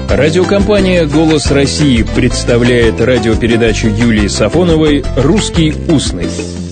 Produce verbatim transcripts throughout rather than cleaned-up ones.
Радиокомпания «Голос России» представляет радиопередачу Юлии Сафоновой «Русский устный».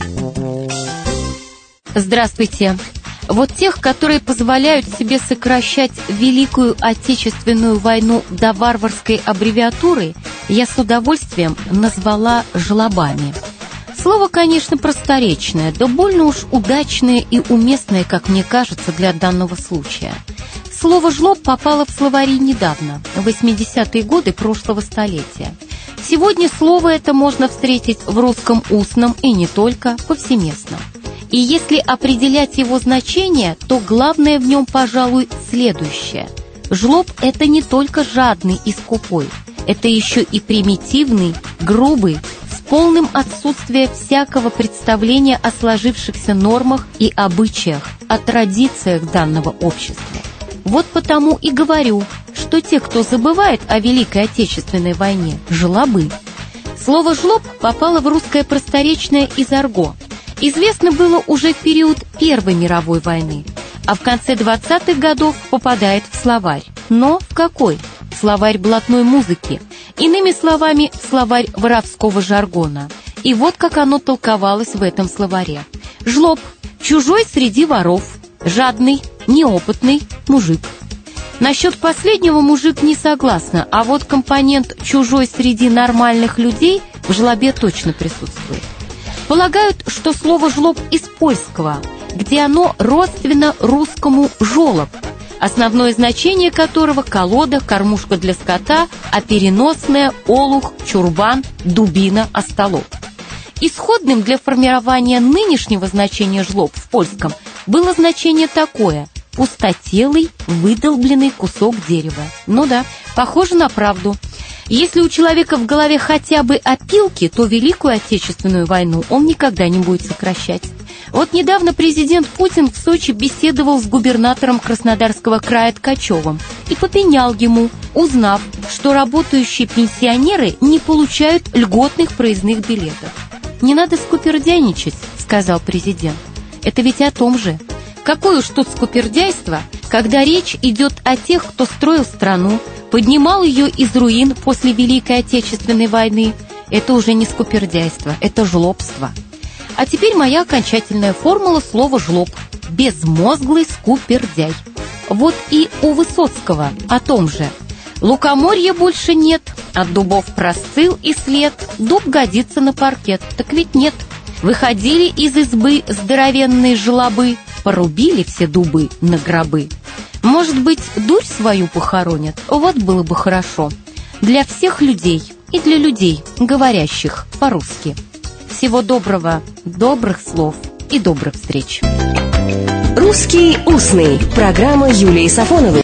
Здравствуйте. Вот тех, которые позволяют себе сокращать Великую Отечественную войну до варварской аббревиатуры, я с удовольствием назвала жлобами. Слово, конечно, просторечное, да больно уж удачное и уместное, как мне кажется, для данного случая. Слово «жлоб» попало в словари недавно, в восьмидесятые годы прошлого столетия. Сегодня слово это можно встретить в русском устном и не только, повсеместно. И если определять его значение, то главное в нем, пожалуй, следующее. Жлоб – это не только жадный и скупой, это еще и примитивный, грубый, с полным отсутствием всякого представления о сложившихся нормах и обычаях, о традициях данного общества. Вот потому и говорю, что те, кто забывает о Великой Отечественной войне, жлобы. Слово «жлоб» попало в русское просторечное из арго. Известно было уже в период Первой мировой войны, а в конце двадцатых годов попадает в словарь. Но в какой? Словарь блатной музыки. Иными словами, словарь воровского жаргона. И вот как оно толковалось в этом словаре. Жлоб – чужой среди воров, жадный, неопытный мужик. Насчет последнего мужик не согласна, а вот компонент «чужой среди нормальных людей» в жлобе точно присутствует. Полагают, что слово «жлоб» из польского, где оно родственно русскому «жолоб», основное значение которого – колода, кормушка для скота, а переносное – олух, чурбан, дубина, остолоп. Исходным для формирования нынешнего значения «жлоб» в польском было значение такое – пустотелый, выдолбленный кусок дерева. Ну да, похоже на правду. Если у человека в голове хотя бы опилки, то Великую Отечественную войну он никогда не будет сокращать. Вот недавно президент Путин в Сочи беседовал с губернатором Краснодарского края Ткачевым и попенял ему, узнав, что работающие пенсионеры не получают льготных проездных билетов. «Не надо скупердяйничать», — сказал президент. «Это ведь о том же. Какое уж тут скупердяйство, когда речь идет о тех, кто строил страну, поднимал ее из руин после Великой Отечественной войны. Это уже не скупердяйство, это жлобство». А теперь моя окончательная формула слова «жлоб» – безмозглый скупердяй. Вот и у Высоцкого о том же. Лукоморья больше нет, от дубов простыл и след, дуб годится на паркет, так ведь нет. Выходили из избы здоровенные жлобы, порубили все дубы на гробы. Может быть, дурь свою похоронят? Вот было бы хорошо. Для всех людей и для людей, говорящих по-русски. Всего доброго, добрых слов и добрых встреч. «Русский устный». Программа Юлии Сафоновой.